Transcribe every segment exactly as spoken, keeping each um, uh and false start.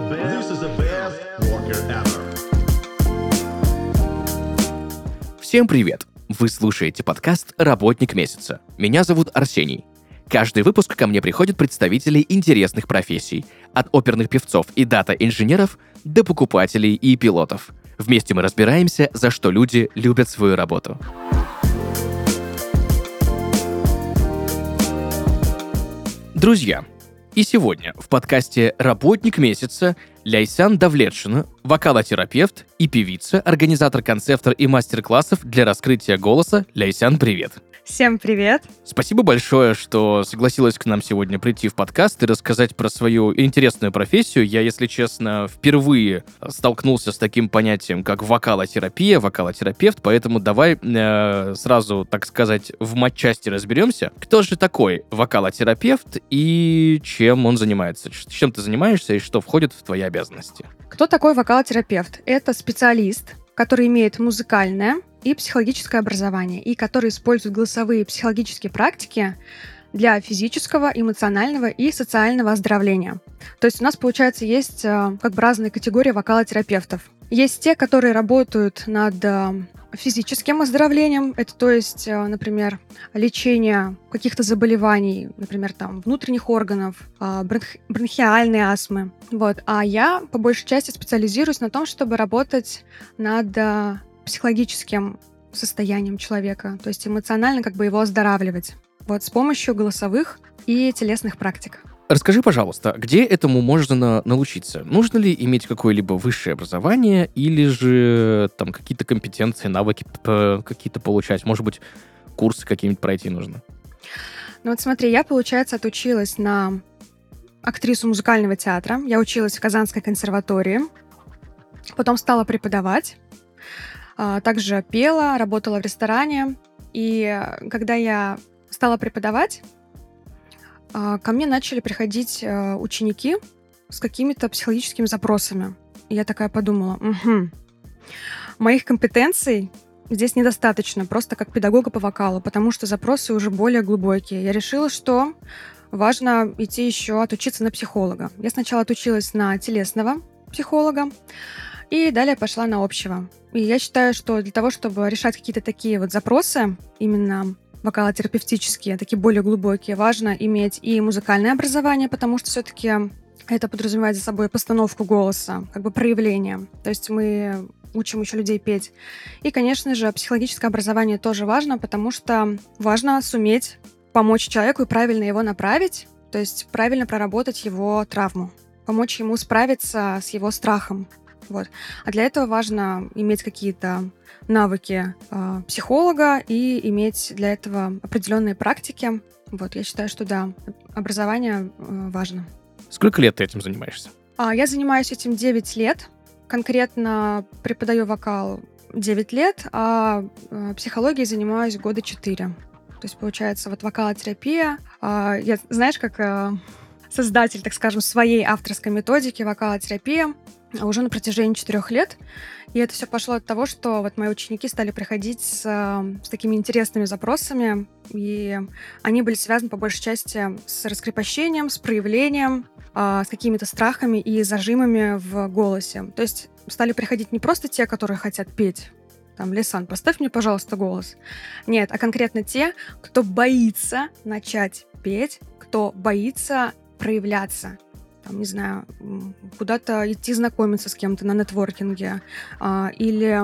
This is the best worker ever. Всем привет! Вы слушаете подкаст «Работник месяца». Меня зовут Арсений. Каждый выпуск ко мне приходят представители интересных профессий, от оперных певцов и дата-инженеров до покупателей и пилотов. Вместе мы разбираемся, за что люди любят свою работу. Друзья, и сегодня в подкасте «Работник месяца» Ляйсян Давлетшина, вокалотерапевт и певица, организатор концертов и мастер-классов для раскрытия голоса. Ляйсян, привет! Всем привет! Спасибо большое, что согласилась к нам сегодня прийти в подкаст и рассказать про свою интересную профессию. Я, если честно, впервые столкнулся с таким понятием, как вокалотерапия, вокалотерапевт, поэтому давай э, сразу, так сказать, в матчасти разберемся. Кто же такой вокалотерапевт и чем он занимается? Чем ты занимаешься и что входит в твои обязанности? Кто такой вокалотерапевт? Это специалист, который имеет музыкальное и психологическое образование, и который использует голосовые и психологические практики для физического, эмоционального и социального оздоровления. То есть у нас, получается, есть как бы разные категории вокалотерапевтов. Есть те, которые работают над физическим оздоровлением, это то есть, например, лечение каких-то заболеваний, например, там, внутренних органов, бронх... бронхиальной астмы. Вот. А я, по большей части, специализируюсь на том, чтобы работать над психологическим состоянием человека, то есть эмоционально как бы его оздоравливать. Вот с помощью голосовых и телесных практик. Расскажи, пожалуйста, где этому можно научиться? Нужно ли иметь какое-либо высшее образование или же там какие-то компетенции, навыки какие-то получать? Может быть, курсы какие-нибудь пройти нужно? Ну вот смотри, я, получается, отучилась на актрису музыкального театра. Я училась в Казанской консерватории. Потом стала преподавать. Также пела, работала в ресторане. И когда я стала преподавать, ко мне начали приходить ученики с какими-то психологическими запросами. И я такая подумала, угу, моих компетенций здесь недостаточно, просто как педагога по вокалу, потому что запросы уже более глубокие. Я решила, что важно идти еще отучиться на психолога. Я сначала отучилась на телесного психолога, и далее пошла на общего. И я считаю, что для того, чтобы решать какие-то такие вот запросы, именно вокалотерапевтические, такие более глубокие, важно иметь и музыкальное образование, потому что все-таки это подразумевает за собой постановку голоса, как бы проявление. То есть мы учим еще людей петь. И, конечно же, психологическое образование тоже важно, потому что важно суметь помочь человеку и правильно его направить, то есть правильно проработать его травму, помочь ему справиться с его страхом. Вот. А для этого важно иметь какие-то навыки э, психолога и иметь для этого определенные практики. Вот, я считаю, что да, образование э, важно. Сколько лет ты этим занимаешься? А, я занимаюсь этим девять лет. Конкретно преподаю вокал девять лет, а э, психологией занимаюсь года четыре. То есть, получается, вот вокалотерапия. Э, я, знаешь, как э, создатель, так скажем, своей авторской методики вокалотерапия уже на протяжении четырех лет. И это все пошло от того, что вот мои ученики стали приходить с, с такими интересными запросами, и они были связаны по большей части с раскрепощением, с проявлением, с какими-то страхами и зажимами в голосе. То есть стали приходить не просто те, которые хотят петь, там, Лесан, поставь мне, пожалуйста, голос. Нет, а конкретно те, кто боится начать петь, кто боится проявляться. Там, не знаю, куда-то идти знакомиться с кем-то на нетворкинге, а, или,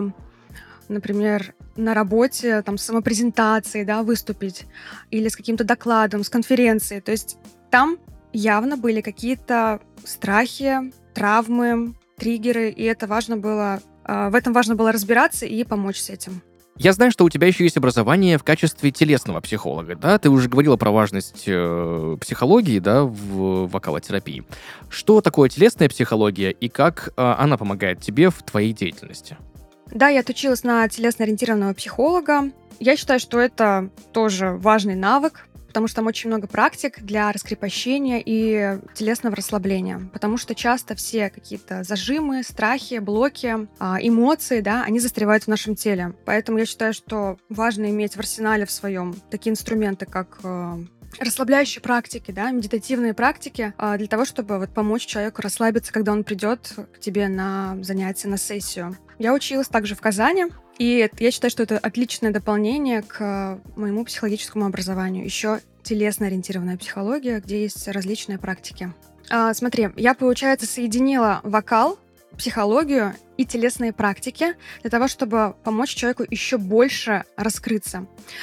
например, на работе, там, с самопрезентацией, да, выступить, или с каким-то докладом, с конференцией. То есть там явно были какие-то страхи, травмы, триггеры, и это важно было, а, в этом важно было разбираться и помочь с этим. Я знаю, что у тебя еще есть образование в качестве телесного психолога, да? Ты уже говорила про важность э, психологии, да, в вокалотерапии. Что такое телесная психология и как э, она помогает тебе в твоей деятельности? Да, я отучилась на телесно-ориентированного психолога. Я считаю, что это тоже важный навык, потому что там очень много практик для раскрепощения и телесного расслабления, потому что часто все какие-то зажимы, страхи, блоки, эмоции, да, они застревают в нашем теле. Поэтому я считаю, что важно иметь в арсенале в своем такие инструменты, как расслабляющие практики, да, медитативные практики а, для того, чтобы вот помочь человеку расслабиться, когда он придет к тебе на занятие, на сессию. Я училась также в Казани, и это- я считаю, что это отличное дополнение к а, моему психологическому образованию. Еще телесно-ориентированная психология, где есть различные практики. А, смотри, я, получается, соединила вокал, психологию и телесные практики для того, чтобы помочь человеку еще больше раскрыться.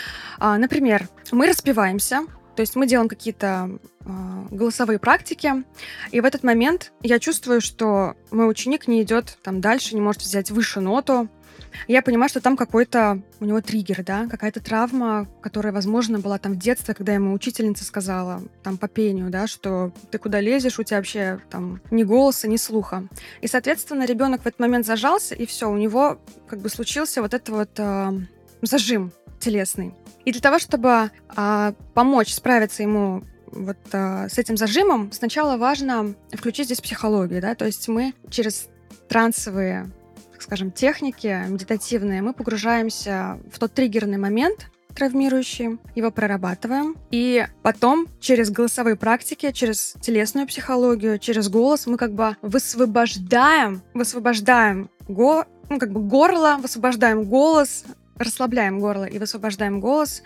А, например, мы распеваемся, то есть мы делаем какие-то а, голосовые практики, и в этот момент я чувствую, что мой ученик не идет там дальше, не может взять выше ноту. Я понимаю, что там какой-то у него триггер, да, какая-то травма, которая, возможно, была там в детстве, когда ему учительница сказала там по пению, да, что ты куда лезешь, у тебя вообще там ни голоса, ни слуха. И, соответственно, ребенок в этот момент зажался, и все, у него как бы случился вот этот вот а, зажим телесный. И для того, чтобы а, помочь справиться ему вот а, с этим зажимом, сначала важно включить здесь психологию, да, то есть мы через трансовые, так скажем, техники медитативные, мы погружаемся в тот триггерный момент травмирующий, его прорабатываем, и потом через голосовые практики, через телесную психологию, через голос мы как бы высвобождаем, высвобождаем го, ну, как бы горло, высвобождаем голос, расслабляем горло и высвобождаем голос,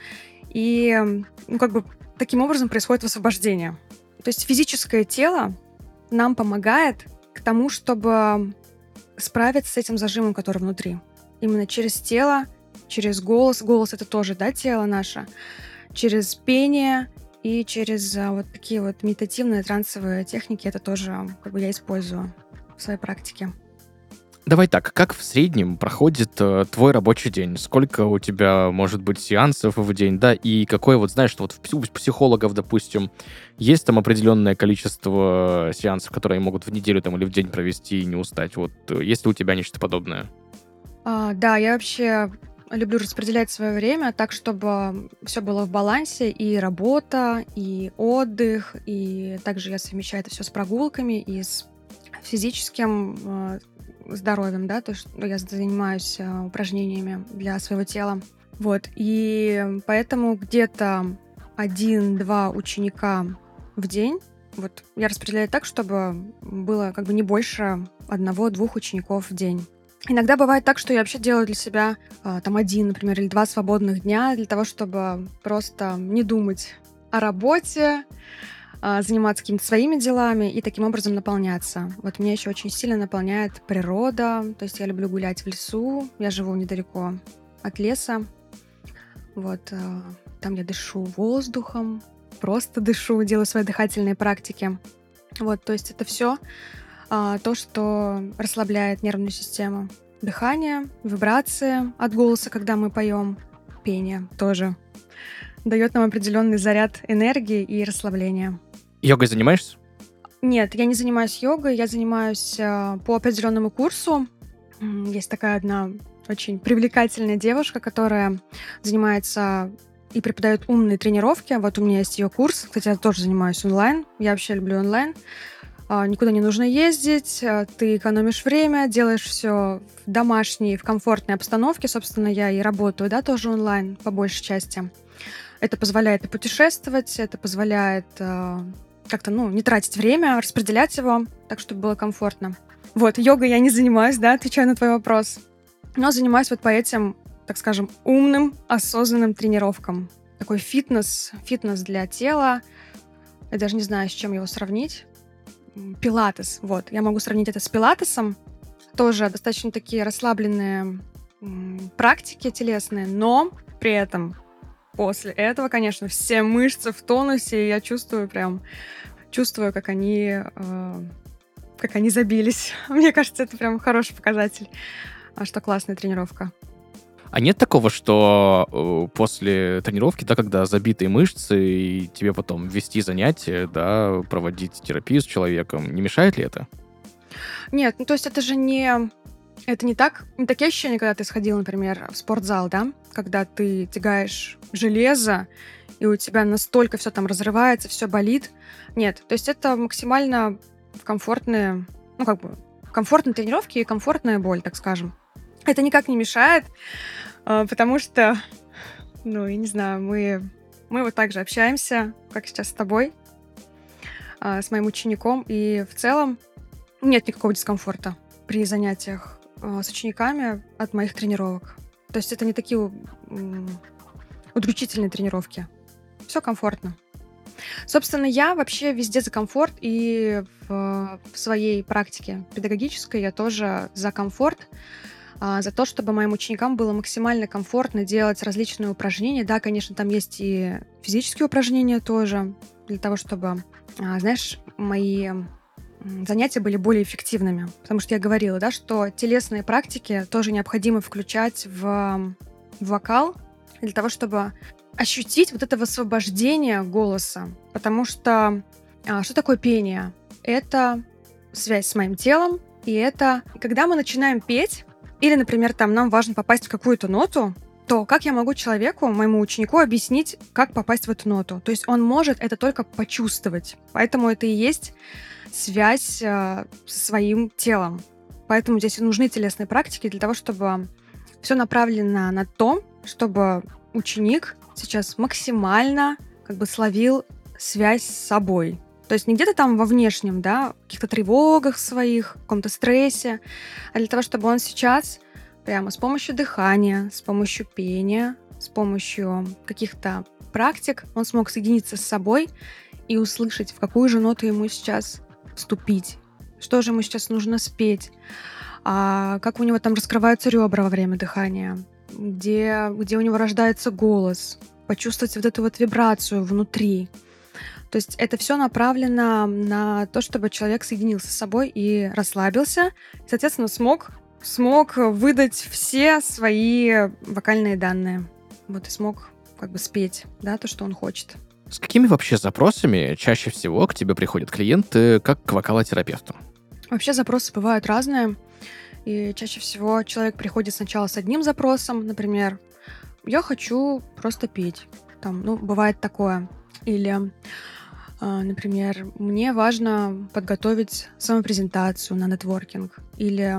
и ну, как бы таким образом происходит высвобождение. То есть физическое тело нам помогает к тому, чтобы справиться с этим зажимом, который внутри. Именно через тело, через голос. Голос — это тоже, да, тело наше. Через пение и через а, вот такие вот медитативные трансовые техники это тоже как бы я использую в своей практике. Давай так, как в среднем проходит э, твой рабочий день? Сколько у тебя может быть сеансов в день, да? И какое вот, знаешь, что вот в пси- у психологов, допустим, есть там определенное количество сеансов, которые они могут в неделю там или в день провести и не устать. Вот э, есть ли у тебя нечто подобное? А, да, я вообще люблю распределять свое время так, чтобы все было в балансе, и работа, и отдых, и также я совмещаю это все с прогулками и с физическим э, здоровьем, да, то есть ну, я занимаюсь э, упражнениями для своего тела. Вот, и поэтому где-то один-два ученика в день, вот, я распределяю так, чтобы было как бы не больше одного-двух учеников в день. Иногда бывает так, что я вообще делаю для себя а, там один, например, или два свободных дня для того, чтобы просто не думать о работе, а, заниматься какими-то своими делами и таким образом наполняться. Вот меня еще очень сильно наполняет природа, то есть я люблю гулять в лесу, я живу недалеко от леса, вот, а, там я дышу воздухом, просто дышу, делаю свои дыхательные практики. Вот, то есть это все то, что расслабляет нервную систему. Дыхание, вибрации от голоса, когда мы поем, пение тоже дает нам определенный заряд энергии и расслабления. Йогой занимаешься? Нет, я не занимаюсь йогой, я занимаюсь э, по определенному курсу. М, Есть такая одна очень привлекательная девушка, которая занимается и преподает умные тренировки. Вот у меня есть ее курс. Кстати, я тоже занимаюсь онлайн. Я вообще люблю онлайн. А, Никуда не нужно ездить, а, ты экономишь время, делаешь все в домашней, в комфортной обстановке. Собственно, я и работаю, да, тоже онлайн по большей части. Это позволяет и путешествовать, это позволяет а, как-то, ну, не тратить время, распределять его так, чтобы было комфортно. Вот, йогой я не занимаюсь, да, отвечаю на твой вопрос. Но занимаюсь вот по этим, так скажем, умным, осознанным тренировкам. Такой фитнес, фитнес для тела. Я даже не знаю, с чем его сравнить. М, Пилатес, вот. Я могу сравнить это с пилатесом. Тоже достаточно такие расслабленные м, практики телесные, но при этом после этого, конечно, все мышцы в тонусе, и я чувствую прям, чувствую, как они, э, как они забились. Мне кажется, это прям хороший показатель, а, что классная тренировка. А нет такого, что э, после тренировки, да, когда забитые мышцы, и тебе потом вести занятия, да, проводить терапию с человеком, не мешает ли это? Нет, ну то есть это же не... Это не так, не такие ощущения, когда ты сходил, например, в спортзал, да? Когда ты тягаешь железо, и у тебя настолько все там разрывается, все болит. Нет, то есть это максимально комфортные, ну как бы, комфортные тренировки и комфортная боль, так скажем. Это никак не мешает, а, потому что, ну, я не знаю, мы Мы вот так же общаемся, как сейчас с тобой, а, с моим учеником. И в целом нет никакого дискомфорта при занятиях а, с учениками от моих тренировок. То есть это не такие м, удручительные тренировки. Все комфортно. Собственно, я вообще везде за комфорт, и в, в своей практике педагогической я тоже за комфорт, а, за то, чтобы моим ученикам было максимально комфортно делать различные упражнения. Да, конечно, там есть и физические упражнения тоже, для того, чтобы, а, знаешь, мои м, занятия были более эффективными. Потому что я говорила, да, что телесные практики тоже необходимо включать в, в вокал для того, чтобы ощутить вот это высвобождение голоса. Потому что а, что такое пение? Это связь с моим телом, и это когда мы начинаем петь, или, например, там нам важно попасть в какую-то ноту, то как я могу человеку, моему ученику, объяснить, как попасть в эту ноту? То есть он может это только почувствовать. Поэтому это и есть связь э, со своим телом. Поэтому здесь и нужны телесные практики для того, чтобы все направлено на то, чтобы ученик сейчас максимально как бы словил связь с собой. То есть не где-то там во внешнем, да, каких-то тревогах своих, каком-то стрессе, а для того, чтобы он сейчас прямо с помощью дыхания, с помощью пения, с помощью каких-то практик он смог соединиться с собой и услышать, в какую же ноту ему сейчас вступить, что же ему сейчас нужно спеть, а как у него там раскрываются ребра во время дыхания, где, где у него рождается голос, почувствовать вот эту вот вибрацию внутри. То есть это все направлено на то, чтобы человек соединился с собой и расслабился, и, соответственно, смог, смог выдать все свои вокальные данные. Вот и смог как бы спеть, да, то, что он хочет. С какими вообще запросами чаще всего к тебе приходят клиенты как к вокалотерапевту? Вообще запросы бывают разные. И чаще всего человек приходит сначала с одним запросом, например, я хочу просто петь. Там, ну, бывает такое. Или, э, например, мне важно подготовить самопрезентацию на нетворкинг. Или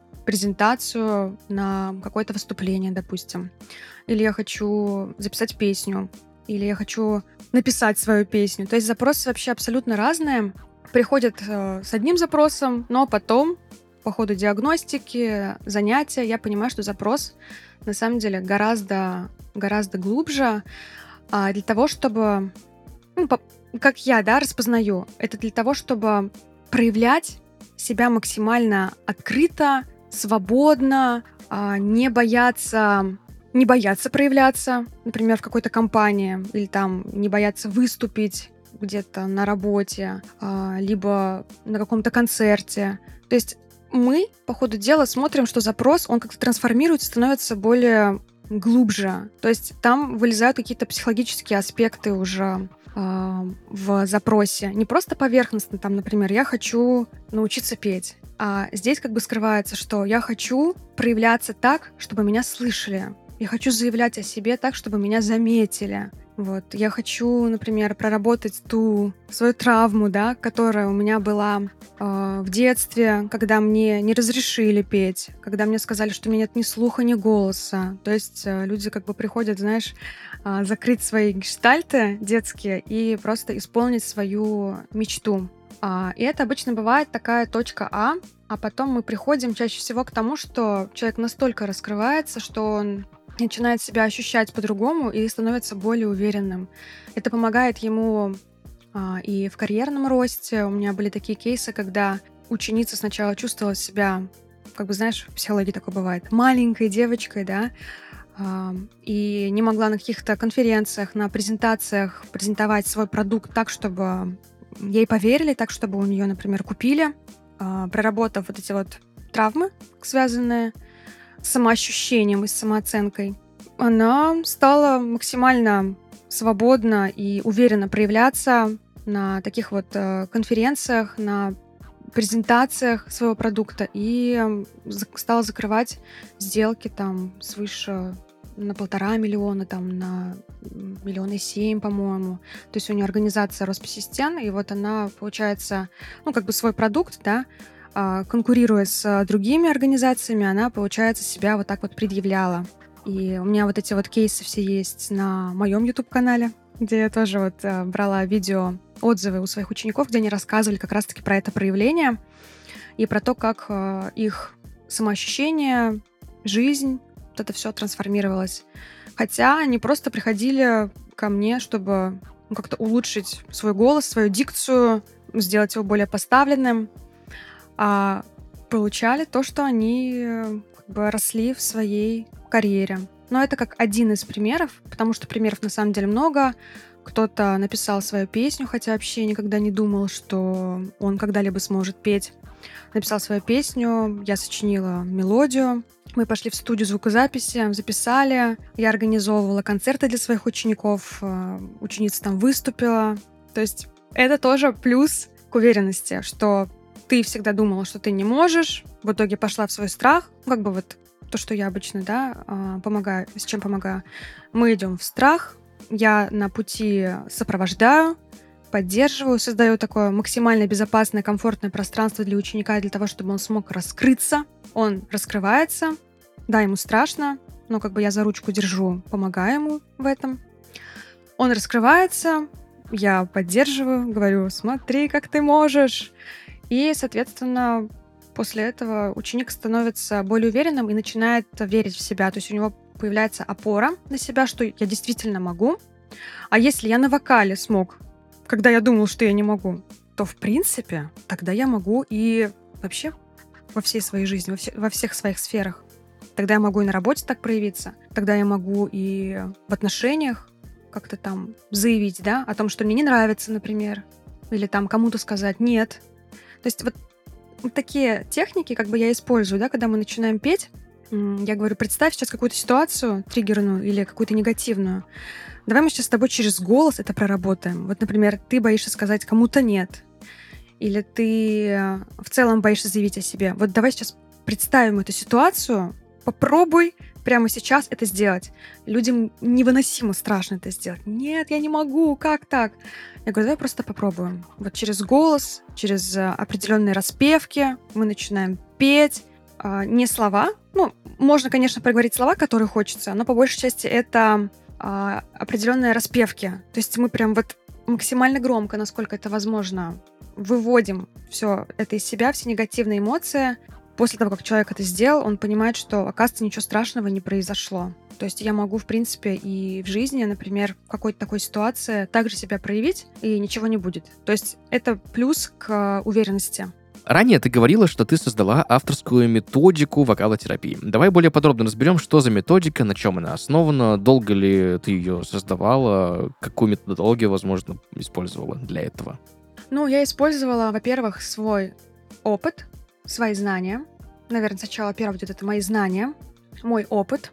презентацию на какое-то выступление, допустим. Или я хочу записать песню. Или я хочу написать свою песню. То есть запросы вообще абсолютно разные. Приходят э, с одним запросом, но потом по ходу диагностики, занятия, я понимаю, что запрос на самом деле гораздо, гораздо глубже. А для того, чтобы, ну, по, как я, да, распознаю, это для того, чтобы проявлять себя максимально открыто, свободно, а, не бояться, не бояться проявляться, например, в какой-то компании, или там не бояться выступить где-то на работе, а, либо на каком-то концерте. То есть мы, по ходу дела, смотрим, что запрос, он как-то трансформируется, становится более глубже. То есть там вылезают какие-то психологические аспекты уже э, в запросе. Не просто поверхностно, там, например, я хочу научиться петь, а здесь как бы скрывается, что я хочу проявляться так, чтобы меня слышали. Я хочу заявлять о себе так, чтобы меня заметили. Вот. Я хочу, например, проработать ту свою травму, да, которая у меня была э, в детстве, когда мне не разрешили петь, когда мне сказали, что у меня нет ни слуха, ни голоса. То есть э, люди как бы приходят, знаешь, э, закрыть свои гештальты детские и просто исполнить свою мечту. А, и это обычно бывает такая точка А, а потом мы приходим чаще всего к тому, что человек настолько раскрывается, что он начинает себя ощущать по-другому и становится более уверенным. Это помогает ему а, и в карьерном росте. У меня были такие кейсы, когда ученица сначала чувствовала себя, как бы, знаешь, в психологии такое бывает, маленькой девочкой, да, а, и не могла на каких-то конференциях, на презентациях презентовать свой продукт так, чтобы ей поверили, так, чтобы у нее, например, купили, а, проработав вот эти вот травмы, связанные с самоощущением и с самооценкой, она стала максимально свободно и уверенно проявляться на таких вот э, конференциях, на презентациях своего продукта и за- стала закрывать сделки там свыше на полтора миллиона, там на миллиона семь, по-моему. То есть у нее организация Роспосистен, и вот она, получается, ну, как бы свой продукт, да, а, конкурируя с другими организациями, она, получается, себя вот так вот предъявляла. И у меня вот эти вот кейсы все есть на моем YouTube-канале, где я тоже вот э, брала видео, отзывы у своих учеников, где они рассказывали как раз-таки про это проявление и про то, как э, их самоощущение, жизнь, вот это все трансформировалось. Хотя они просто приходили ко мне, чтобы ну, как-то улучшить свой голос, свою дикцию, сделать его более поставленным, а получали то, что они э, как бы росли в своей карьере. Но это как один из примеров, потому что примеров на самом деле много. Кто-то написал свою песню, хотя вообще никогда не думал, что он когда-либо сможет петь. Написал свою песню, я сочинила мелодию. Мы пошли в студию звукозаписи, записали. Я организовывала концерты для своих учеников. э, Ученица там выступила. То есть это тоже плюс к уверенности, что ты всегда думала, что ты не можешь, в итоге пошла в свой страх. Ну, как бы вот то, что я обычно, да, а, помогаю, с чем помогаю. Мы идем в страх, я на пути сопровождаю, поддерживаю, создаю такое максимально безопасное, комфортное пространство для ученика, для того, чтобы он смог раскрыться. Он раскрывается, да, ему страшно, но как бы я за ручку держу, помогаю ему в этом. Он раскрывается, я поддерживаю, говорю, смотри, как ты можешь. И, соответственно, после этого ученик становится более уверенным и начинает верить в себя. То есть у него появляется опора на себя, что я действительно могу. А если я на вокале смог, когда я думал, что я не могу, то, в принципе, тогда я могу и вообще во всей своей жизни, во, все- во всех своих сферах. Тогда я могу и на работе так проявиться, тогда я могу и в отношениях как-то там заявить, да, о том, что мне не нравится, например, или там кому-то сказать «нет». То есть вот вот такие техники как бы я использую, да, когда мы начинаем петь. М, Я говорю, представь сейчас какую-то ситуацию триггерную или какую-то негативную. Давай мы сейчас с тобой через голос это проработаем. Вот, например, ты боишься сказать кому-то «нет», или ты э, в целом боишься заявить о себе. Вот давай сейчас представим эту ситуацию, попробуй прямо сейчас это сделать. Людям невыносимо страшно это сделать. Нет, я не могу, как так? Я говорю, давай просто попробуем. Вот через голос, через э, определенные распевки мы начинаем петь. А, не слова. Ну, можно, конечно, проговорить слова, которые хочется, но по большей части это а, определенные распевки. То есть мы прям вот максимально громко, насколько это возможно, выводим все это из себя, все негативные эмоции. После того, как человек это сделал, он понимает, что, оказывается, ничего страшного не произошло. То есть я могу, в принципе, и в жизни, например, в какой-то такой ситуации также себя проявить, и ничего не будет. То есть это плюс к уверенности. Ранее ты говорила, что ты создала авторскую методику вокалотерапии. Давай более подробно разберем, что за методика, на чем она основана, долго ли ты ее создавала, какую методологию, возможно, использовала для этого. Ну, я использовала, во-первых, свой опыт, свои знания. Наверное, сначала первое будет это мои знания, мой опыт,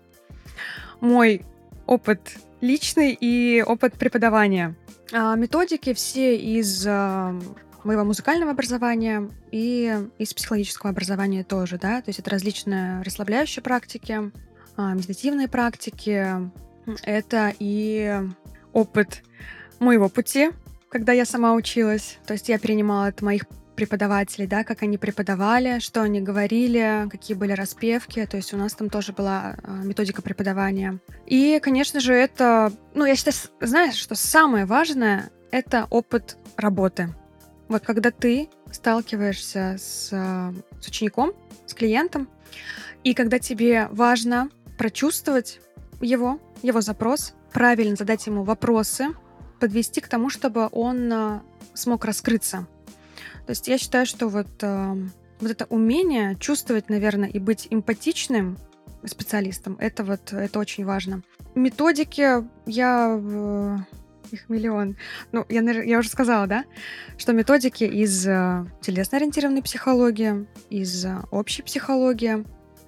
мой опыт личный и опыт преподавания. А, методики все из а, моего музыкального образования и из психологического образования тоже, да, то есть это различные расслабляющие практики, а, медитативные практики, это и опыт моего пути, когда я сама училась, то есть я перенимала от моих преподавателей, да, как они преподавали, что они говорили, какие были распевки, то есть у нас там тоже была а, методика преподавания. И, конечно же, это, ну, я считаю, с- знаешь, что самое важное — это опыт работы. Вот когда ты сталкиваешься с, а, с учеником, с клиентом, и когда тебе важно прочувствовать его, его запрос, правильно задать ему вопросы, подвести к тому, чтобы он а, смог раскрыться. То есть я считаю, что вот, а, вот это умение чувствовать, наверное, и быть эмпатичным специалистом, это вот это очень важно. Методики я э, их миллион. Ну, я, навер- я уже сказала, да, что методики из э, телесно-ориентированной психологии, из э, общей психологии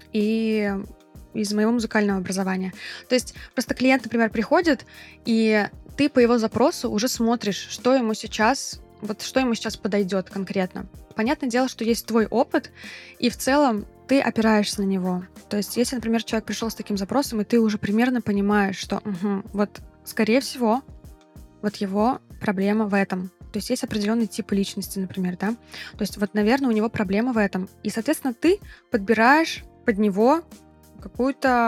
и из моего музыкального образования. То есть просто клиент, например, приходит, и ты по его запросу уже смотришь, что ему сейчас, вот что ему сейчас подойдет конкретно. Понятное дело, что есть твой опыт, и в целом ты опираешься на него. То есть если, например, человек пришел с таким запросом, и ты уже примерно понимаешь, что угу, вот, скорее всего, вот его проблема в этом. То есть есть определенные типы личности, например, да. То есть вот, наверное, у него проблема в этом. И, соответственно, ты подбираешь под него какую-то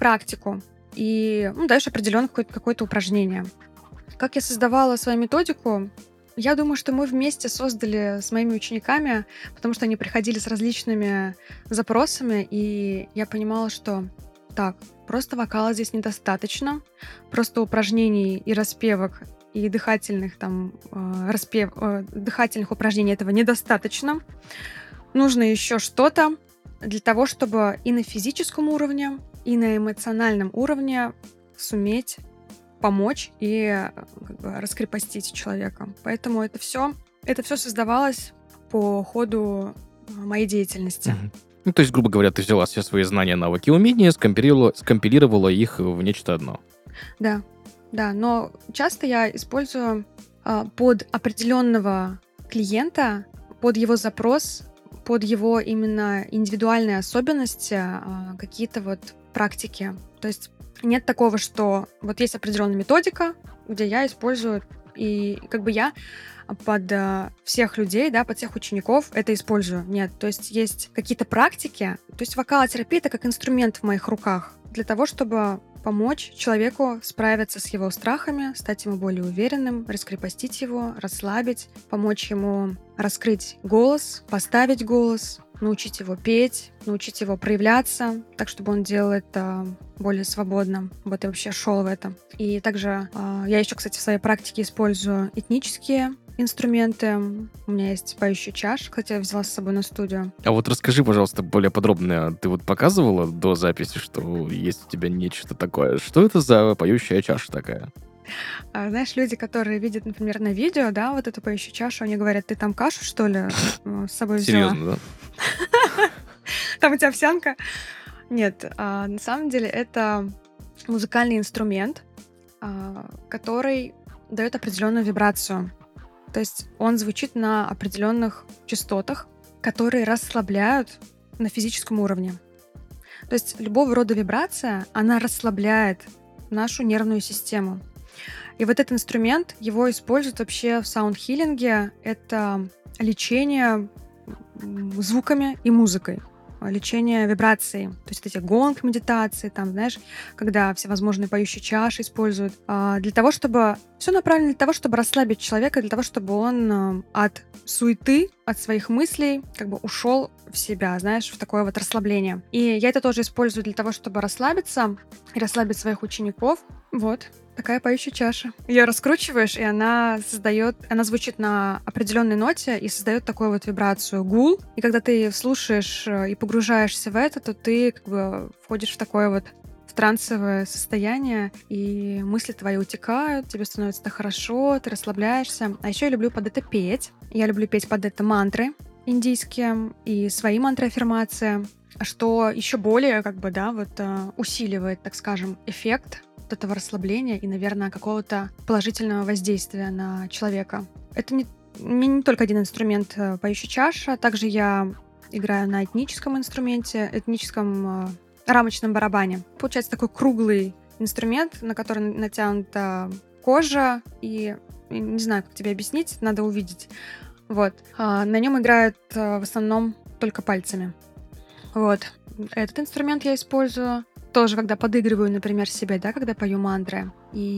практику и ну, даешь определенное какое-то, какое-то упражнение. Как я создавала свою методику? Я думаю, что мы вместе создали с моими учениками, потому что они приходили с различными запросами, и я понимала, что так, просто вокала здесь недостаточно, просто упражнений и распевок, и дыхательных там э, распев, э, дыхательных упражнений этого недостаточно. Нужно еще что-то для того, чтобы и на физическом уровне, и на эмоциональном уровне суметь помочь и как бы, раскрепостить человека. Поэтому это все, это все создавалось по ходу моей деятельности. Мгм. Ну, то есть, грубо говоря, ты взяла все свои знания, навыки, умения, скомпилировала, скомпилировала их в нечто одно. Да, да, но часто я использую а, под определенного клиента, под его запрос, под его именно индивидуальные особенности а, какие-то вот практики. То есть нет такого, что вот есть определенная методика, где я использую, и как бы я под э, всех людей, да, под всех учеников это использую. Нет, то есть есть какие-то практики, то есть вокалотерапия — это как инструмент в моих руках для того, чтобы помочь человеку справиться с его страхами, стать ему более уверенным, раскрепостить его, расслабить, помочь ему раскрыть голос, поставить голос, научить его петь, научить его проявляться, так, чтобы он делал это более свободно. Вот и вообще шел в это. И также э, я еще, кстати, в своей практике использую этнические инструменты. У меня есть поющая чаша, кстати, я взяла с собой на студию. А вот расскажи, пожалуйста, более подробно. Ты вот показывала до записи, что есть у тебя нечто такое. Что это за поющая чаша такая? А, знаешь, люди, которые видят, например, на видео, да, вот эту поющую чашу, они говорят: ты там кашу, что ли, э, с собой взяла? Серьезно, да? Там у тебя овсянка? Нет, а, на самом деле это музыкальный инструмент, а, который дает определенную вибрацию. То есть он звучит на определенных частотах, которые расслабляют на физическом уровне. То есть любого рода вибрация, она расслабляет нашу нервную систему. И вот этот инструмент, его используют вообще в саунд-хиллинге. Это лечение м, звуками и музыкой, а, лечение вибрацией. То есть вот эти гонг-медитации, там, знаешь, когда всевозможные поющие чаши используют. а, Для того, чтобы... Все направлено для того, чтобы расслабить человека, для того, чтобы он а, от суеты, от своих мыслей как бы ушел в себя, знаешь, в такое вот расслабление. И я это тоже использую для того, чтобы расслабиться и расслабить своих учеников. Вот. Такая поющая чаша. Ее раскручиваешь, и она создает, она звучит на определенной ноте и создает такую вот вибрацию, гул. И когда ты слушаешь э, и погружаешься в это, то ты как бы входишь в такое вот в трансовое состояние, и мысли твои утекают, тебе становится так хорошо, ты расслабляешься. А еще я люблю под это петь. Я люблю петь под это мантры индийские и свои мантры-аффирмации, что еще более как бы, да, вот э, усиливает, так скажем, эффект этого расслабления и, наверное, какого-то положительного воздействия на человека. Это не, не, не только один инструмент э, поющая чаша, также я играю на этническом инструменте, этническом э, рамочном барабане. Получается такой круглый инструмент, на который натянута кожа, и не знаю, как тебе объяснить, надо увидеть. Вот. А, на нем играют а, в основном только пальцами. Вот. Этот инструмент я использую тоже, когда подыгрываю, например, себе, да, когда пою мантры,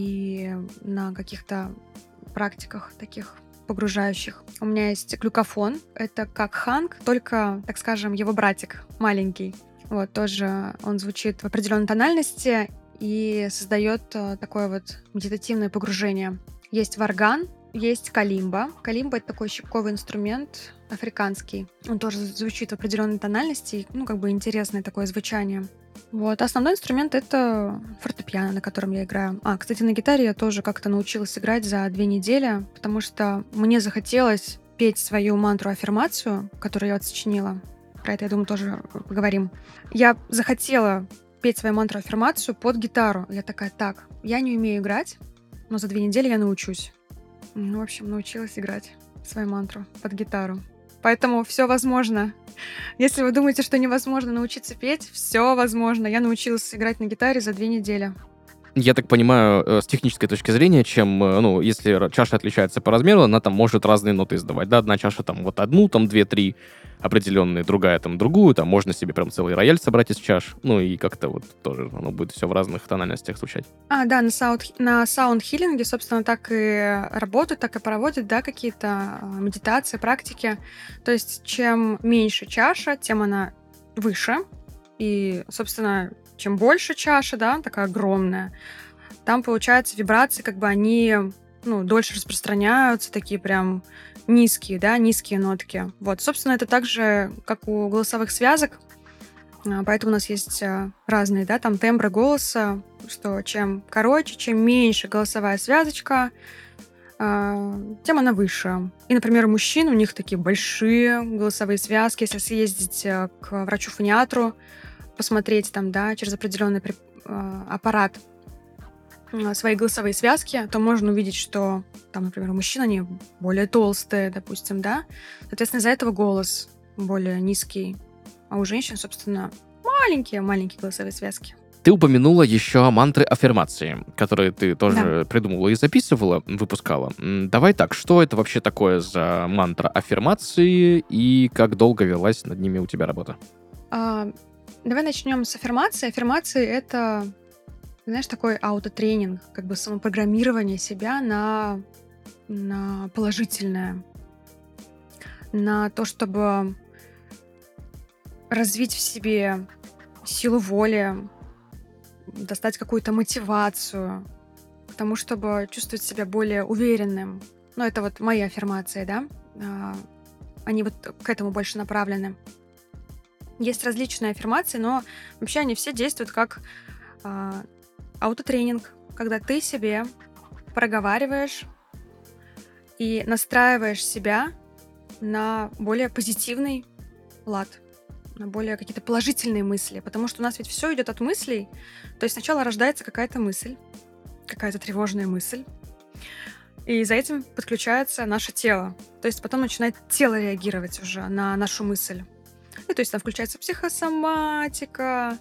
и на каких-то практиках таких погружающих. У меня есть глюкофон. Это как ханг, только, так скажем, его братик маленький. Вот, тоже он звучит в определенной тональности и создает а, такое вот медитативное погружение. Есть варган, есть калимба. Калимба — это такой щипковый инструмент африканский. Он тоже звучит в определенной тональности, ну, как бы интересное такое звучание. Вот. Основной инструмент — это фортепиано, на котором я играю. А, кстати, на гитаре я тоже как-то научилась играть за две недели, потому что мне захотелось петь свою мантру-аффирмацию, которую я вот сочинила. Про это, я думаю, тоже поговорим. Я захотела петь свою мантру-аффирмацию под гитару. Я такая: так, я не умею играть, но за две недели я научусь. Ну, в общем, научилась играть свою мантру под гитару. Поэтому все возможно. Если вы думаете, что невозможно научиться петь, все возможно. Я научилась играть на гитаре за две недели. Я так понимаю, э, с технической точки зрения, чем, э, ну, если ра- чаша отличается по размеру, она там может разные ноты издавать, да, одна чаша там вот одну, там две, три определенные, другая там другую, там можно себе прям целый рояль собрать из чаш, ну и как-то вот тоже оно будет все в разных тональностях звучать. А, да, на саунд, на саунд-хиллинге, собственно, так и работают, так и проводят, да, какие-то а, медитации, практики. То есть, чем меньше чаша, тем она выше. И, собственно, чем больше чаша, да, такая огромная, там, получается, вибрации, как бы они, ну, дольше распространяются, такие прям низкие, да, низкие нотки. Вот, собственно, это так же, как у голосовых связок, а, поэтому у нас есть а, разные, да, там тембры голоса, что чем короче, чем меньше голосовая связочка, а, тем она выше. И, например, у мужчин, у них такие большие голосовые связки. Если съездить а, к врачу-фониатру, посмотреть там, да, через определенный преп- а, аппарат а, свои голосовые связки, то можно увидеть, что там, например, у мужчин они более толстые, допустим, да. Соответственно, из-за этого голос более низкий. А у женщин, собственно, маленькие-маленькие голосовые связки. Ты упомянула еще мантры аффирмации, которые ты тоже придумывала и записывала, выпускала. М, Давай так, что это вообще такое за мантра аффирмации и как долго велась над ними у тебя работа? А, давай начнем с аффирмации. Аффирмации — это, знаешь, такой аутотренинг, как бы самопрограммирование себя на, на положительное, на то, чтобы развить в себе силу воли, достать какую-то мотивацию к тому, чтобы чувствовать себя более уверенным. Ну, это вот мои аффирмации, да? А, Они вот к этому больше направлены. Есть различные аффирмации, но вообще они все действуют как а, аутотренинг, когда ты себе проговариваешь и настраиваешь себя на более позитивный лад, на более какие-то положительные мысли, потому что у нас ведь все идет от мыслей. То есть сначала рождается какая-то мысль, какая-то тревожная мысль, и за этим подключается наше тело. То есть потом начинает тело реагировать уже на нашу мысль. Ну, то есть там включается психосоматика,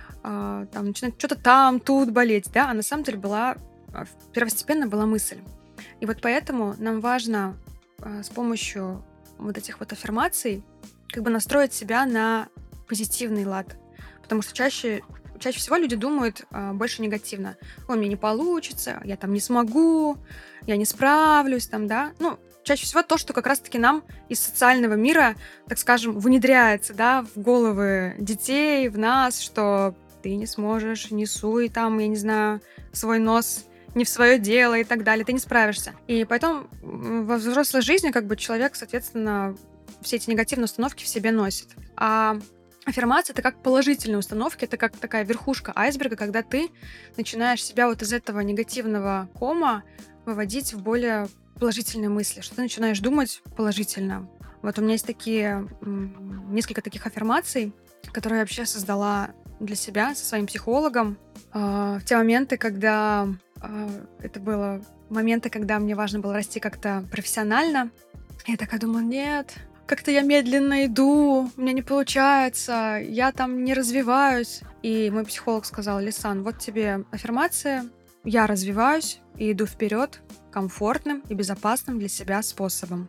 а, там начинает что-то там, тут болеть, да, а на самом деле была, а, в- первостепенно была мысль. И вот поэтому нам важно а, с помощью вот этих вот аффирмаций как бы настроить себя на позитивный лад. Потому что чаще, чаще всего люди думают а, больше негативно. Ой, мне не получится, я там не смогу, я не справлюсь, там, да. Ну, чаще всего то, что как раз-таки нам из социального мира, так скажем, внедряется, да, в головы детей, в нас, что ты не сможешь, не суй там, я не знаю, свой нос не в свое дело и так далее, ты не справишься. И поэтому м, во взрослой жизни как бы человек, соответственно, все эти негативные установки в себе носит. А аффирмация — это как положительные установки, это как такая верхушка айсберга, когда ты начинаешь себя вот из этого негативного кома выводить в более положительные мысли, что ты начинаешь думать положительно. Вот у меня есть такие м, несколько таких аффирмаций, которые я вообще создала для себя со своим психологом а, в те моменты, когда а, это было моменты, когда мне важно было расти как-то профессионально. Я такая думала, нет, как-то я медленно иду, у меня не получается, я там не развиваюсь. И мой психолог сказал: Лисан, вот тебе аффирмация, я развиваюсь и иду вперед комфортным и безопасным для себя способом.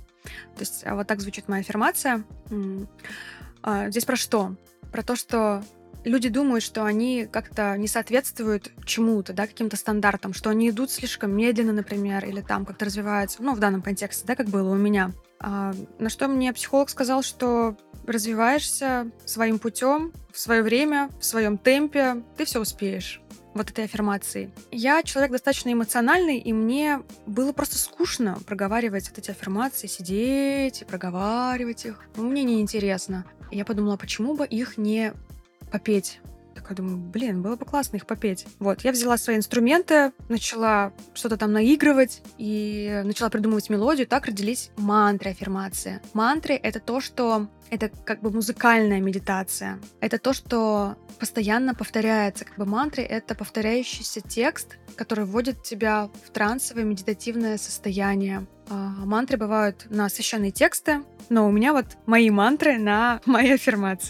То есть а, вот так звучит моя аффирмация. М. А, Здесь про что? Про то, что люди думают, что они как-то не соответствуют чему-то, да, каким-то стандартам, что они идут слишком медленно, например, или там как-то развиваются, ну, в данном контексте, да, как было у меня. А, на что мне психолог сказал, что развиваешься своим путем, в свое время, в своем темпе, ты все успеешь. Вот этой аффирмации. Я человек достаточно эмоциональный, и мне было просто скучно проговаривать вот эти аффирмации, сидеть и проговаривать их. Ну, мне неинтересно. И я подумала, почему бы их не попеть? Такая думаю, блин, было бы классно их попеть. Вот, я взяла свои инструменты, начала что-то там наигрывать и начала придумывать мелодию. Так родились мантры аффирмации. Мантры — это то, что... Это как бы музыкальная медитация. Это то, что постоянно повторяется. Как бы мантры — это повторяющийся текст, который вводит тебя в трансовое медитативное состояние. А мантры бывают на священные тексты, но у меня вот мои мантры на мои аффирмации.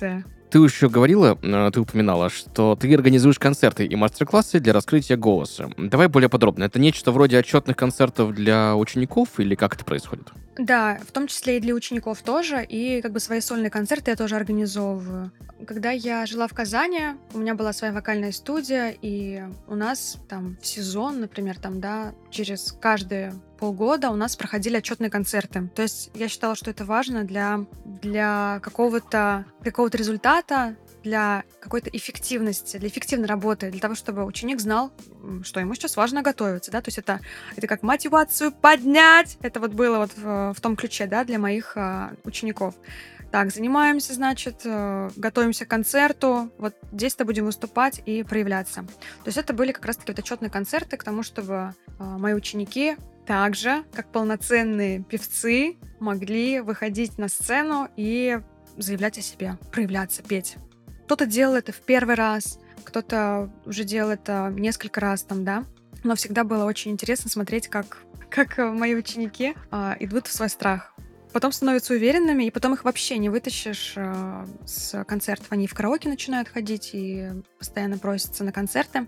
Ты еще говорила, э, ты упоминала, что ты организуешь концерты и мастер-классы для раскрытия голоса. Давай более подробно. Это нечто вроде отчетных концертов для учеников или как это происходит? Да, в том числе и для учеников тоже, и как бы свои сольные концерты я тоже организовываю. Когда я жила в Казани, у меня была своя вокальная студия, и у нас там в сезон, например, там, да, через каждые полгода у нас проходили отчетные концерты. То есть я считала, что это важно для, для какого-то, какого-то результата, для какой-то эффективности, для эффективной работы, для того, чтобы ученик знал, м, что ему сейчас важно готовиться, да, то есть это, это как мотивацию поднять, это вот было вот в, в том ключе, да, для моих а, учеников. Так, занимаемся, значит, э, готовимся к концерту, вот здесь-то будем выступать и проявляться. То есть это были как раз-таки вот отчетные концерты к тому, чтобы э, мои ученики также, как полноценные певцы, могли выходить на сцену и заявлять о себе, проявляться, петь. Кто-то делал это в первый раз, кто-то уже делал это несколько раз там, да. Но всегда было очень интересно смотреть, как, как э, мои ученики а, идут в свой страх. Потом становятся уверенными, и потом их вообще не вытащишь э, с концертов. Они в караоке начинают ходить и постоянно просятся на концерты.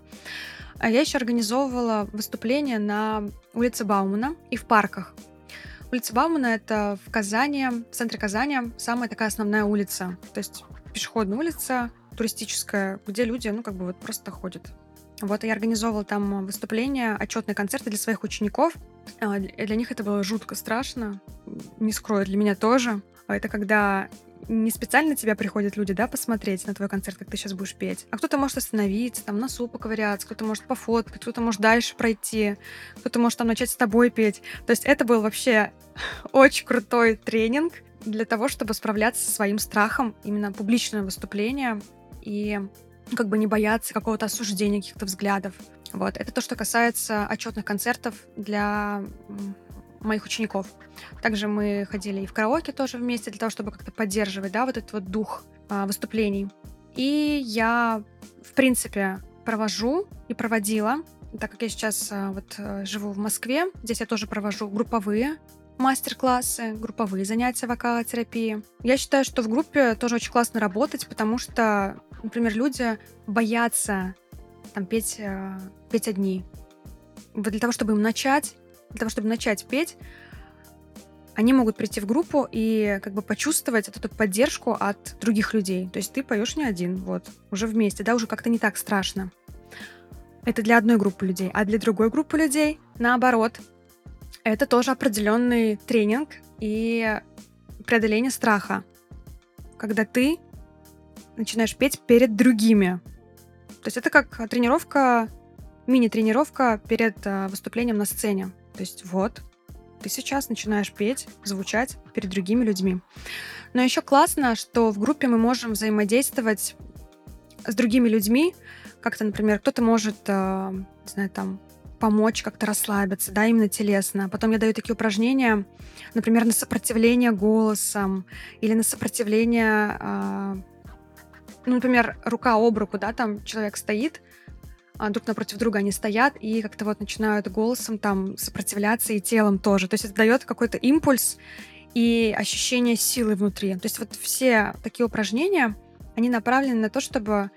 А я еще организовывала выступления на улице Баумана и в парках. Улица Баумана — это в Казани, в центре Казани, самая такая основная улица. То есть пешеходная улица, туристическая, где люди, ну, как бы вот просто ходят. Вот я организовывала там выступления, отчетные концерты для своих учеников. А, Для для них это было жутко страшно, не скрою, для меня тоже. А Это когда не специально на тебя приходят люди, да, посмотреть на твой концерт, как ты сейчас будешь петь, а кто-то может остановиться, там, носу поковыряться, кто-то может пофоткать, кто-то может дальше пройти, кто-то может там начать с тобой петь. То есть это был вообще очень крутой тренинг для того, чтобы справляться со своим страхом именно публичного выступления и как бы не бояться какого-то осуждения, каких-то взглядов. Вот. Это то, что касается отчетных концертов для м, моих учеников. Также мы ходили и в караоке тоже вместе для того, чтобы как-то поддерживать, да, вот этот вот дух а, выступлений. И я, в принципе, провожу и проводила, так как я сейчас а, вот а, живу в Москве, здесь я тоже провожу групповые мастер-классы, групповые занятия вокалотерапии. Я считаю, что в группе тоже очень классно работать, потому что, например, люди боятся там петь, э, петь одни. Вот для того, чтобы им начать, для того, чтобы начать петь, они могут прийти в группу и как бы почувствовать эту поддержку от других людей. То есть ты поешь не один, вот, уже вместе, да, уже как-то не так страшно. Это для одной группы людей. А для другой группы людей, наоборот, это тоже определенный тренинг и преодоление страха, когда ты начинаешь петь перед другими. То есть это как тренировка, мини-тренировка перед а, выступлением на сцене. То есть вот, ты сейчас начинаешь петь, звучать перед другими людьми. Но еще классно, что в группе мы можем взаимодействовать с другими людьми. Как-то, например, кто-то может, а, не знаю, там, помочь как-то расслабиться, да, именно телесно. Потом я даю такие упражнения, например, на сопротивление голосом или на сопротивление, а, ну, например, рука об руку, да, там человек стоит, а друг напротив друга они стоят и как-то вот начинают голосом там сопротивляться и телом тоже. То есть это дает какой-то импульс и ощущение силы внутри. То есть вот все такие упражнения, они направлены на то, чтобы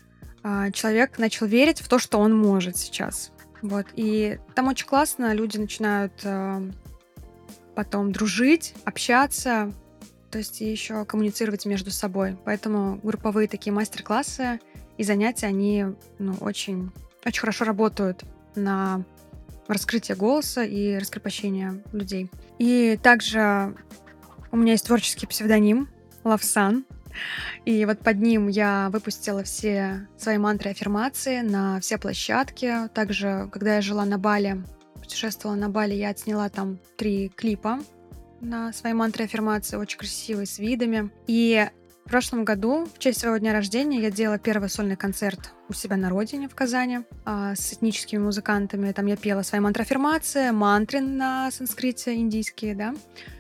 а, человек начал верить в то, что он может сейчас. Вот. И там очень классно, люди начинают э, потом дружить, общаться, то есть и еще коммуницировать между собой. Поэтому групповые такие мастер-классы и занятия, они ну, очень, очень хорошо работают на раскрытие голоса и раскрепощение людей. И также у меня есть творческий псевдоним Лавсан. И вот под ним я выпустила все свои мантры и аффирмации на все площадки. Также, когда я жила на Бали, путешествовала на Бали, я отсняла там три клипа на свои мантры и аффирмации, очень красивые, с видами. И в прошлом году, в честь своего дня рождения, я делала первый сольный концерт у себя на родине в Казани а, с этническими музыкантами. Там я пела свои мантры аффирмации, мантры на санскрите индийские, да,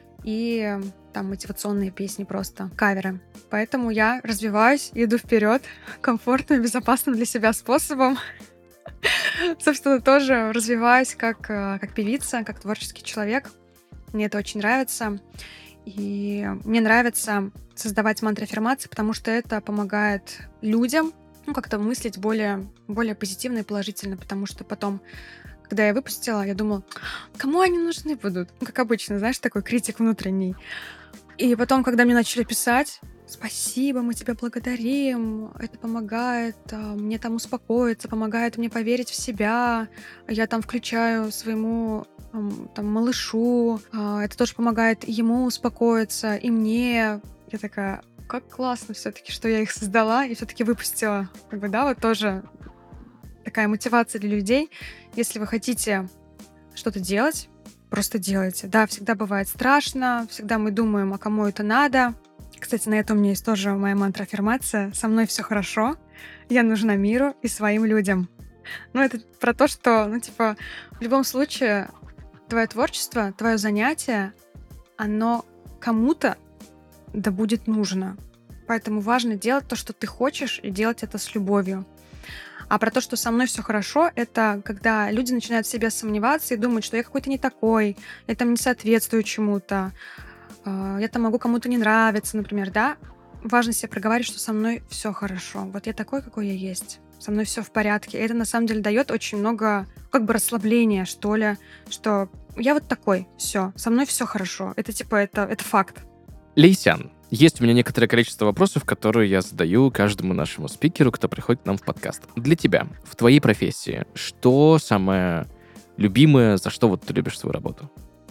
и там мотивационные песни просто, каверы. Поэтому я развиваюсь, иду вперед комфортным, безопасным для себя способом. Собственно, тоже развиваюсь как, как певица, как творческий человек. Мне это очень нравится. И мне нравится создавать мантры-аффирмации, потому что это помогает людям, ну, как-то мыслить более, более позитивно и положительно, потому что потом, когда я выпустила, я думала, кому они нужны будут? Ну, как обычно, знаешь, такой критик внутренний. И потом, когда мне начали писать, спасибо, мы тебя благодарим, это помогает а, мне там успокоиться, помогает мне поверить в себя, я там включаю своему ам, там малышу, а, это тоже помогает ему успокоиться, и мне. Я такая, как классно все-таки, что я их создала и все-таки выпустила. Как бы, да, вот тоже такая мотивация для людей. Если вы хотите что-то делать, просто делайте. Да, всегда бывает страшно, всегда мы думаем, а кому это надо. Кстати, на это у меня есть тоже моя мантра-аффирмация. Со мной все хорошо, я нужна миру и своим людям. Ну, это про то, что, ну, типа, в любом случае, твое творчество, твое занятие, оно кому-то да будет нужно. Поэтому важно делать то, что ты хочешь, и делать это с любовью. А про то, что со мной все хорошо, это когда люди начинают в себе сомневаться и думать, что я какой-то не такой, я там не соответствую чему-то, а, я там могу кому-то не нравиться, например, да. Важно себе проговаривать, что со мной все хорошо. Вот я такой, какой я есть. Со мной все в порядке. И это на самом деле дает очень много как бы расслабления, что ли, что я вот такой, все, со мной все хорошо. Это типа, это, это факт. Лейсян, есть у меня некоторое количество вопросов, которые я задаю каждому нашему спикеру, кто приходит к нам в подкаст. Для тебя, в твоей профессии, что самое любимое, за что вот ты любишь свою работу?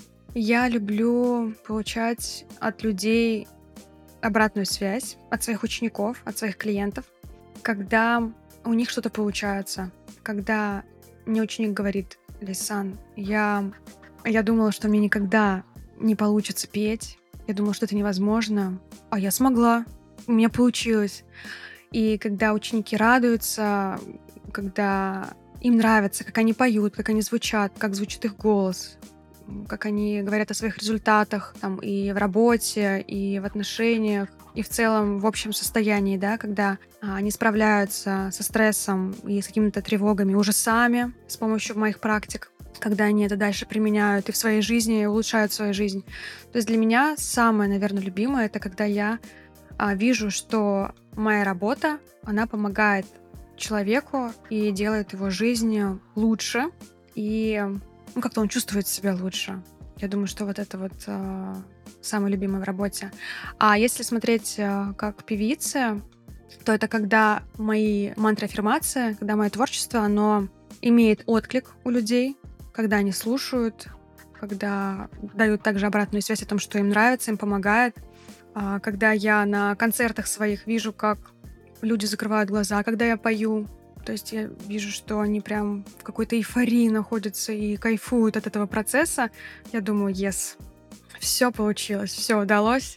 Я люблю получать от людей обратную связь, от своих учеников, от своих клиентов, когда у них что-то получается, когда мне ученик говорит, Лейсан, я, я думала, что мне никогда не получится петь, я думала, что это невозможно, а я смогла, у меня получилось. И когда ученики радуются, когда им нравится, как они поют, как они звучат, как звучит их голос, как они говорят о своих результатах там, и в работе, и в отношениях, и в целом в общем состоянии, да, когда а, они справляются со стрессом и с какими-то тревогами уже сами с помощью моих практик, когда они это дальше применяют и в своей жизни, и улучшают свою жизнь. То есть для меня самое, наверное, любимое — это когда я а, вижу, что моя работа, она помогает человеку и делает его жизнь лучше, и ну, как-то он чувствует себя лучше. Я думаю, что вот это вот э, самое любимое в работе. А если смотреть э, как певица, то это когда мои мантры-аффирмации, когда мое творчество, оно имеет отклик у людей, когда они слушают, когда дают также обратную связь о том, что им нравится, им помогает. А, когда я на концертах своих вижу, как люди закрывают глаза, когда я пою. То есть я вижу, что они прям в какой-то эйфории находятся и кайфуют от этого процесса. Я думаю, yes, все получилось, все удалось.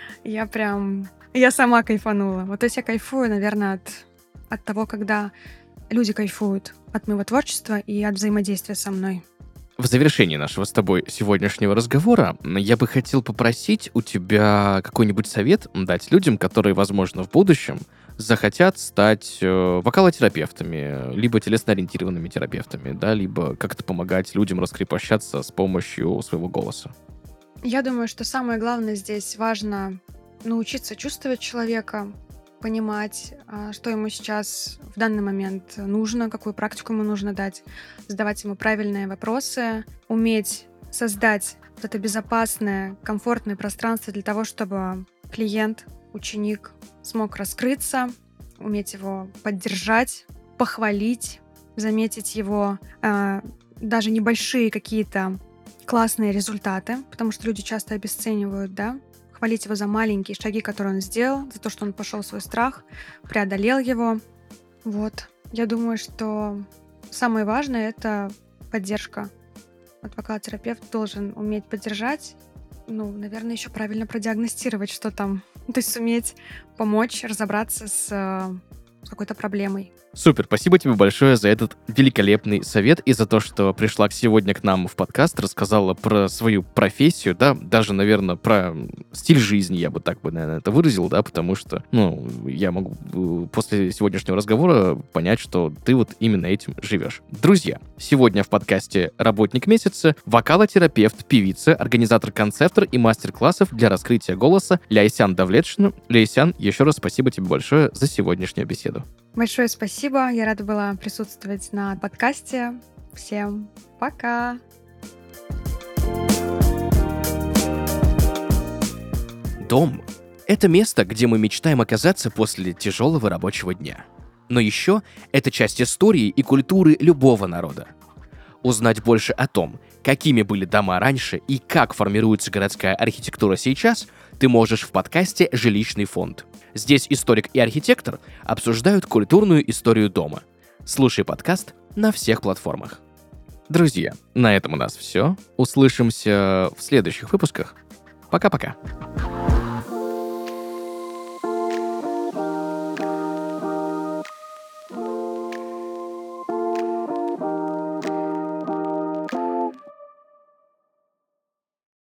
Я прям... Я сама кайфанула. Вот то есть я кайфую, наверное, от, от того, когда люди кайфуют от моего творчества и от взаимодействия со мной. В завершении нашего с тобой сегодняшнего разговора я бы хотел попросить у тебя какой-нибудь совет дать людям, которые, возможно, в будущем захотят стать э, вокалотерапевтами, либо телесно-ориентированными терапевтами, да, либо как-то помогать людям раскрепощаться с помощью своего голоса. Я думаю, что самое главное здесь важно научиться чувствовать человека, понимать, а, что ему сейчас в данный момент нужно, какую практику ему нужно дать, задавать ему правильные вопросы, уметь создать вот это безопасное, комфортное пространство для того, чтобы клиент, ученик смог раскрыться, уметь его поддержать, похвалить, заметить его э, даже небольшие какие-то классные результаты, потому что люди часто обесценивают, да, хвалить его за маленькие шаги, которые он сделал, за то, что он пошел в свой страх, преодолел его. Вот. Я думаю, что самое важное — это поддержка. Вот вокалотерапевт должен уметь поддержать, ну, наверное, еще правильно продиагностировать, что там. То есть суметь помочь разобраться с, с какой-то проблемой. Супер, спасибо тебе большое за этот великолепный совет и за то, что пришла сегодня к нам в подкаст, рассказала про свою профессию, да, даже, наверное, про стиль жизни, я бы так бы, наверное, это выразил, да, потому что, ну, я могу после сегодняшнего разговора понять, что ты вот именно этим живешь. Друзья, сегодня в подкасте «Работник месяца» вокалотерапевт, певица, организатор концертов и мастер-классов для раскрытия голоса Ляйсян Давлетшина. Ляйсян, еще раз спасибо тебе большое за сегодняшнюю беседу. Большое спасибо. Я рада была присутствовать на подкасте. Всем пока! Дом — это место, где мы мечтаем оказаться после тяжелого рабочего дня. Но еще это часть истории и культуры любого народа. Узнать больше о том, какими были дома раньше и как формируется городская архитектура сейчас, ты можешь в подкасте «Жилищный фонд». Здесь историк и архитектор обсуждают культурную историю дома. Слушай подкаст на всех платформах. Друзья, на этом у нас все. Услышимся в следующих выпусках. Пока-пока.